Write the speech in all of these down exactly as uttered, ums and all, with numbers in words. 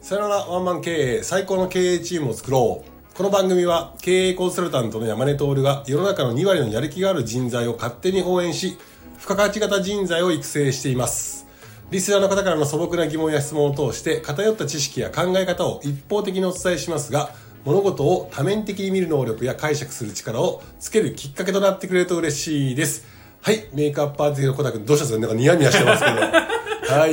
さよならワンマン経営、最高の経営チームを作ろう。この番組は経営コンサルタントの山根徹が世の中のに割のやる気がある人材を勝手に応援し、付加価値型人材を育成しています。リスナーの方からの素朴な疑問や質問を通して偏った知識や考え方を一方的にお伝えしますが、物事を多面的に見る能力や解釈する力をつけるきっかけとなってくれると嬉しいです。はい、メイクアップアーティストの小田君、どうしたんですか？なんかニヤニヤしてますけどはい。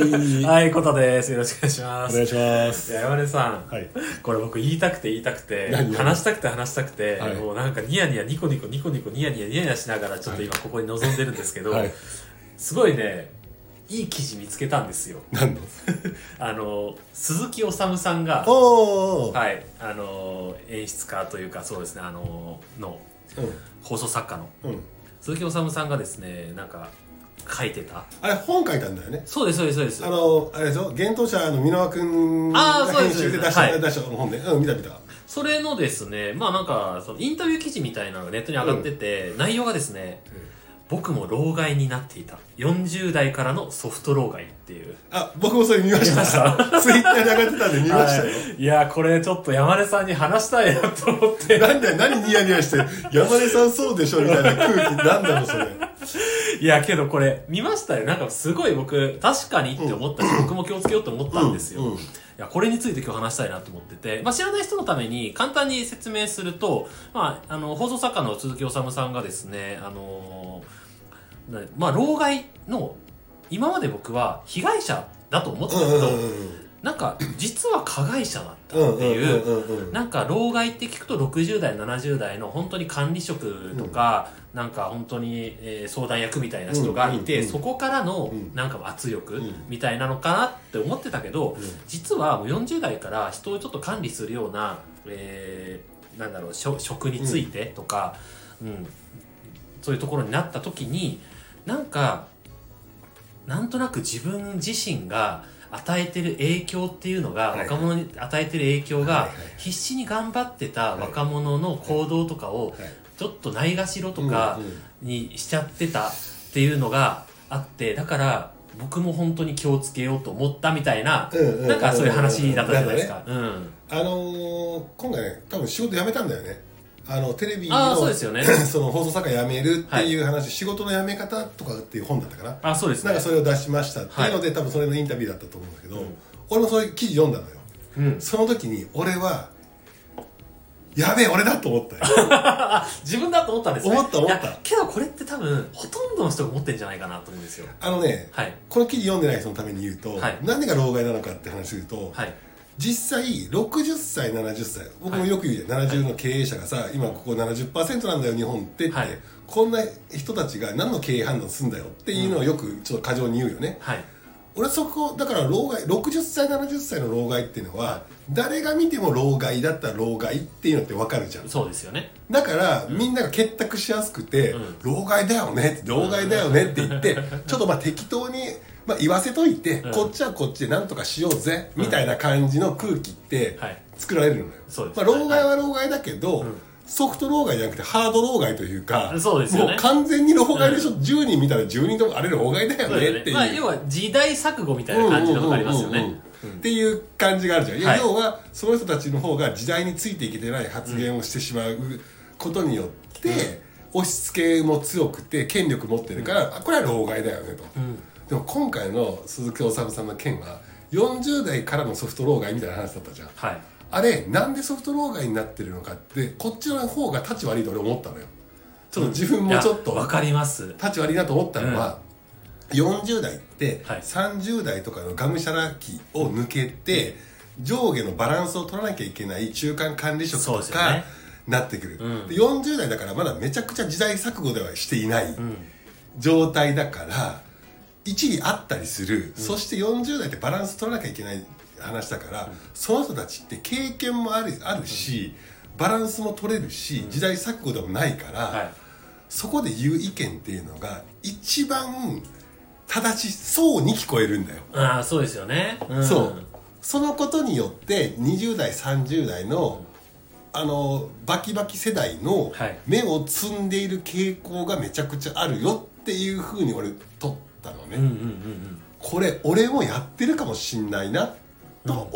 はい、コタです。よろしくお願いします。 お願いします。 いや、山根さん、 はい、 これ僕言いたくて言いたくて、話したくて話したくて、はい、もうなんかニヤニヤニコニコニコニコニヤニヤニヤニヤしながらちょっと今ここに臨んでるんですけど、はい、すごいね、いい記事見つけたんですよ。 何のあの、鈴木おさむさんが、 おはい、あの、演出家というか、そうですね、あの、の、うん、放送作家の、うん、鈴木おさむさんがですね、なんか、書いてたあれ本書いたんだよね。 そうですそうですそうです。 あのあれでしょ、幻冬舎の箕輪君が編集で出した、はい、出した本で、うん、見た見た。 それのですね、まあなんかそのインタビュー記事みたいなのがネットに上がってて、うん、内容がですね、うん、僕も老害になっていたよんじゅう代からのソフト老害っていう。 あ、僕もそれ見ました。ツイッターに上がってたんで見ましたよ。はい、いやこれちょっと山根さんに話したいなと思ってなんだよ、何ニヤニヤして山根さんそうでしょみたいな空気なんだろうそれ。 いやけどこれ見ましたよ。なんかすごい僕確かにって思ったし、うん、僕も気をつけようと思ったんですよ、うんうん、いやこれについて今日話したいなと思ってて、まあ、知らない人のために簡単に説明すると、まあ、あの放送作家の鈴木おさむさんがですね、あのーまあ、老害の今まで僕は被害者だと思ってたけど、うんうんうんうん、なんか実は加害者だったっていう、なんか老害って聞くとろくじゅう代ななじゅう代の本当に管理職とか、うん、なんか本当に、えー、相談役みたいな人がいて、うんうんうん、そこからのなんか圧力みたいなのかなって思ってたけど、うん、実はもうよんじゅう代から人をちょっと管理するような、えー、なんだろう職についてとか、うんうん、そういうところになった時になんかなんとなく自分自身が与えてる影響っていうのが、はいはい、若者に与えてる影響が、はいはい、必死に頑張ってた若者の行動とかをちょっとないがしろとかにしちゃってたっていうのがあって、だから僕も本当に気をつけようと思ったみたいな、うんうん、なんかそういう話だったじゃないですか。うん、 あのー、今回ね多分仕事辞めたんだよね。あのテレビのそうですよ、ね、 その放送作家辞めるっていう話、はい、仕事の辞め方とかっていう本だったかな。 あ、そうですね。 なんかそれを出しましたっていうので、はい、多分それのインタビューだったと思うんだけど、うん、俺もそういう記事読んだのよ、うん、その時に俺はやべえ俺だと思ったよ自分だと思ったんですね。 思った思った。 けどこれって多分ほとんどの人が持ってるんじゃないかなと思うんですよ。 あのね、はい、この記事読んでない人のために言うと、はい、何が老害なのかって話すると、はい、実際ろくじゅっさいななじゅっさい、僕もよく言うじゃん、はい、ななじゅうの経営者がさ、今ここ ななじゅっパーセント なんだよ日本ってって、はい、こんな人たちが何の経営判断するんだよっていうのをよくちょっと過剰に言うよね、はい、俺そこだから老害ろくじゅっさいななじゅっさいの老害っていうのは誰が見ても老害だったら老害っていうのって分かるじゃん。 そうですよね。 だから、うん、みんなが結託しやすくて、うん、老害だよね老害だよねって言って、うん、ちょっとまあ適当にまあ、言わせといて、うん、こっちはこっちでなんとかしようぜ、うん、みたいな感じの空気って作られるのよ、はい、そうですね。まあ、老害は老害だけど、はい、ソフト老害じゃなくてハード老害というか、 そうですよね、 もう完全に老害でしょ、うん、じゅうにん見たらじゅうにんともあれ老害だよねっていう、 まあ、要は時代錯誤みたいな感じのがありますよねっていう感じがあるじゃん、はい、要はその人たちの方が時代についていけてない発言をしてしまうことによって、うん、押し付けも強くて権力持ってるから、うん、これは老害だよねと、うん、でも今回の鈴木おさむさんの件はよんじゅう代からのソフト老害みたいな話だったじゃん、はい、あれなんでソフト老害になってるのかってこっちの方が立ち悪いと俺思ったのよ。ちょっと自分もちょっと分かります。 立ち悪いなと思ったのは、うん、よんじゅう代ってさんじゅう代とかのがむしゃら期を抜けて上下のバランスを取らなきゃいけない中間管理職とかなってくる、うん、でよんじゅう代だからまだめちゃくちゃ時代錯誤ではしていない状態だから、一理あったりする、うん、そしてよんじゅう代ってバランス取らなきゃいけない話だから、うん、その人たちって経験もある、あるし、うん、バランスも取れるし、うん、時代錯誤でもないから、はい、そこで言う意見っていうのが一番正しそうに聞こえるんだよ。 ああ、そうですよね、 うん、そうそのことによってにじゅう代さんじゅう代の、うん、あのバキバキ世代の目を摘んでいる傾向がめちゃくちゃあるよっていうふうに俺取ったのね、うんうんうんうん、これ俺もやってるかもしんないなと思っ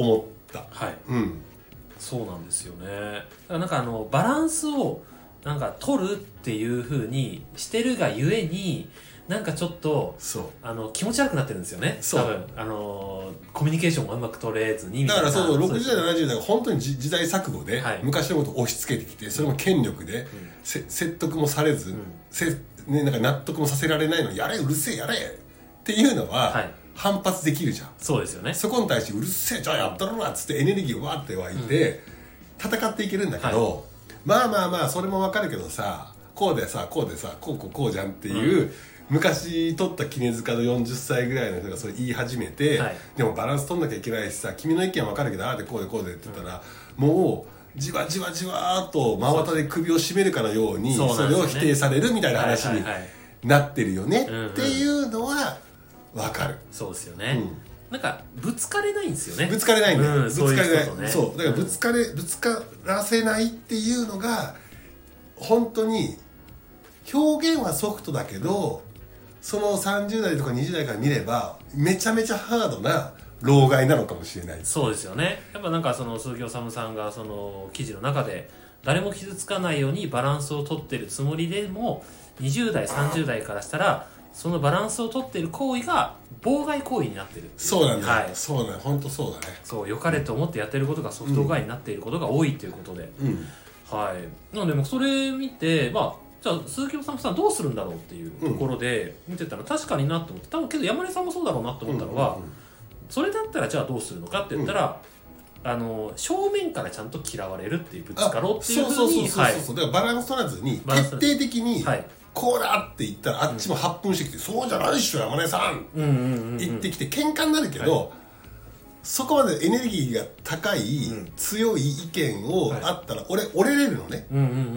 た。 はい、 うん、 そうなんですよね。だからなんかあのバランスをなんか取るっていう風にしてるがゆえになんかちょっとそうあの気持ち悪くなってるんですよね。 そう多分あのコミュニケーションがうまく取れずにみたいな。 だからそうろくじゅう代ななじゅう代が本当に時代錯誤で、はい、昔のことを押し付けてきてそれも権力で、うん、説得もされず、うんせね、なんか納得もさせられないのにやれうるせえやれっていうのは、はい、反発できるじゃん。 そうですよね。 そこに対してうるせえじゃあやったろなっつってエネルギーをわーって湧いて、うん、戦っていけるんだけど、はい、まあまあまあそれもわかるけどさこうでさこうでさこうこうこうじゃんっていう、うん、昔取った杵塚のよんじゅっさいぐらいの人がそれ言い始めて、はい、でもバランス取んなきゃいけないしさ君の意見はわかるけどああでこうでこうでって言ったら、うん、もうじわじわじわーっと真綿で首を絞めるかのように そ, うそれを否定されるみたいな話になってるよねっていうのは分かる。 そうですよね、うん、なんかぶつかれないんですよね。 ぶつかれないんだよ、うん、 ぶつかれない。 そうそうだからぶつかれ、うん、ぶつからせないっていうのが本当に表現はソフトだけど、うん、そのさんじゅう代とかにじゅう代から見ればめちゃめちゃハードな老害なのかもしれない。 そうですよね。やっぱなんかその鈴木おさむさんがその記事の中で誰も傷つかないようにバランスを取ってるつもりでもにじゅう代さんじゅう代からしたらそのバランスを取ってる行為が妨害行為になってるっていう。 そうなんだ、はい、そうなんだ、本当そうだね。 そう良かれと思ってやってることがソフト害になっていることが多いということで、うん、はいなのでもうそれ見てまあじゃあ鈴木おさむさんどうするんだろうっていうところで見てたら確かになと思って、多分けど山根さんもそうだろうなと思ったのは、うんうんうん、それだったらじゃあどうするのかって言ったら、うん、あの正面からちゃんと嫌われるっていうぶつかろうっていうふうにそうそうそうそうそう、はい、だからバランス取らずに徹底的に、はい、こうだって言ったらあっちも発奮してきて、うん、そうじゃないっしょ山根さん、うんうんうんうん、言ってきて喧嘩になるけど、はい、そこまでエネルギーが高い、うん、強い意見をあったら、はい、俺折れれるのね、うんうんうんうん、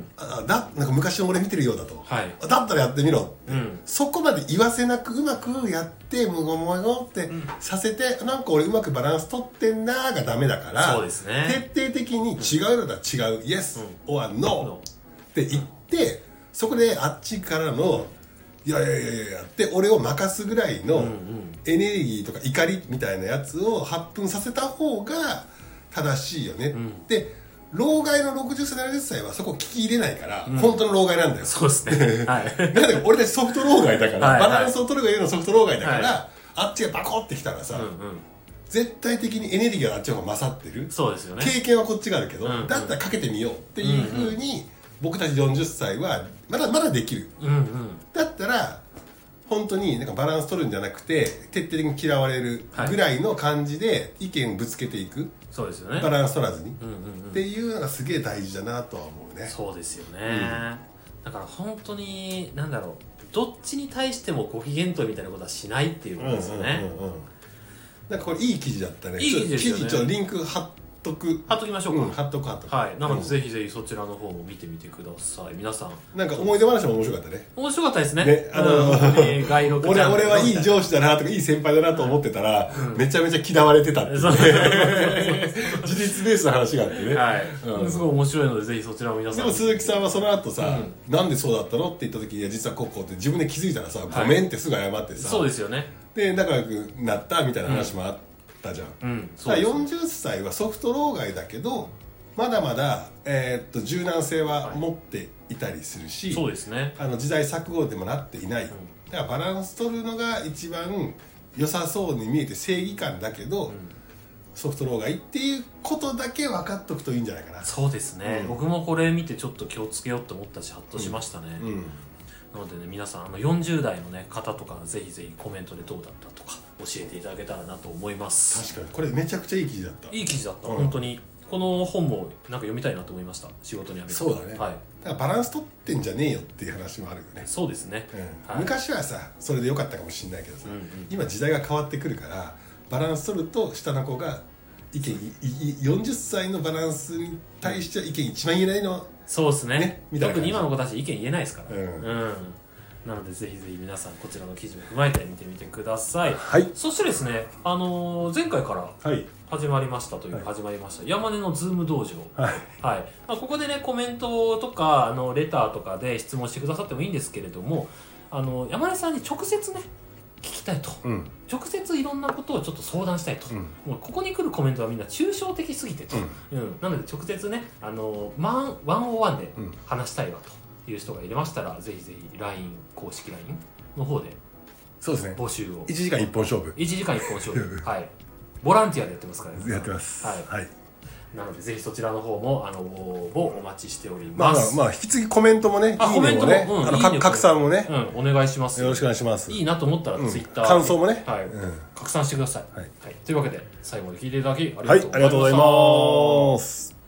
あだなんか昔の俺見てるようだと、はい、だったらやってみろ、うん、そこまで言わせなくうまくやってむごもごってさせて、うん、なんか俺うまくバランス取ってんなーがダメだから、 そうですね、 徹底的に違うのだ違う、うん、Yes or No、うん、って言ってそこであっちからのいやいやいやいやって俺を任すぐらいのエネルギーとか怒りみたいなやつを発奮させた方が正しいよね、うん、で老害のろくじゅっさいななじゅっさいはそこ聞き入れないから、うん、本当の老害なんだよ。 そうですね、はい、 なんで俺たちソフト老害だからはい、はい、バランスを取るがいいのソフト老害だから、はい、あっちがバコってきたらさ、うんうん、絶対的にエネルギーがあっちの方が勝ってる。 そうですよね。 経験はこっちがあるけど、うんうん、だったらかけてみようっていうふうに、うんうん、僕たちよんじゅっさいはまだまだできる、うんうん、だったら本当になんかバランス取るんじゃなくて徹底的に嫌われるぐらいの感じで意見ぶつけていく、はい、 そうですよね、 バランス取らずに、うんうんうん、っていうのがすげえ大事だなとは思うね。 そうですよね、うん、だから本当になんだろう、どっちに対してもご機嫌とみたいなことはしないっていうことですよね、うんうんうんうん、 なんかこれいい記事だったね。 いい記事ですよね。 記事ちょっとリンク貼っとく貼っときましょうか、 うん、貼っとく貼っとく、 はい、なのでぜひぜひそちらの方も見てみてください。皆さんなんか思い出話も面白かったね。 面白かったですね。ね、あのーね、街録俺俺はいい上司だなとかいい先輩だなと思ってたら、うん、めちゃめちゃ嫌われてたって、ね、事実ベースの話があってね、はい、 うん、すごい面白いのでぜひそちらも皆さん。 でも鈴木さんはその後さ、うん、なんでそうだったのって言った時にいや実はこうこうって自分で気づいたらさ、はい、ごめんってすぐ謝ってさ、 そうですよね。 で仲良くなったみたいな話もあって、うんじゃん、うん、そうよんじゅっさいはソフト老害だけどまだまだ、えー、っと柔軟性は持っていたりするし、はい、 そうですね、 あの時代錯誤でもなっていない、うん、だからバランス取るのが一番良さそうに見えて正義感だけど、うん、ソフト老害っていうことだけ分かっとくといいんじゃないかな。 そうですね、うん、僕もこれ見てちょっと気をつけようと思ったしハッとしましたね、うんうん、なのでね皆さんあのよんじゅう代の、ね、方とかぜひぜひコメントでどうだったとか教えていただけたらなと思います。 確かにこれめちゃくちゃいい記事だった。 いい記事だった、うん、本当にこの本もなんか読みたいなと思いました。仕事にあげて。 そうだね、はい、だからバランス取ってんじゃねえよっていう話もあるよね。 そうですね、 うんはい、昔はさそれでよかったかもしれないけどさ、うんうん、今時代が変わってくるからバランス取ると下の子が意見よんじゅっさいのバランスに対しては意見一番言えないの。 そうですね、 ね特に今の子たち意見言えないですから、うん、 うんなのでぜひぜひ皆さんこちらの記事も踏まえて見てみてください。 はい。 そしてですね、あのー、前回から始まりましたという、はい、始まりました山根のズーム道場。はい。はい。まあ、ここでねコメントとかあのレターとかで質問してくださってもいいんですけれども、あの山根さんに直接ね聞きたいと、 うん、 直接いろんなことをちょっと相談したいと、うん、もうここに来るコメントはみんな抽象的すぎてと、うんうん、なので直接ねあのワンオンワンで話したいわという人がいれましたら、うん、ぜひぜひ ライン 公式 ライン の方でそうですね募集をいちじかんいっぽん勝負いちじかんいっぽん勝負はいボランティアでやってますからねやってます、 はい、はい、なのでぜひそちらの方もあの応募お待ちしておりまます。 まあまあ引き継ぎコメントもね、 あいいねもね、 コメントも、うん、 あのいいね拡散もね、 うん、お願いします。 よろしくお願いします。 いいなと思ったらツイッター、 感想もね、 はい、 うん、 拡散してください。 はい、 はい、というわけで最後まで聞いていただきありがとうございました。 はい、ありがとうございます。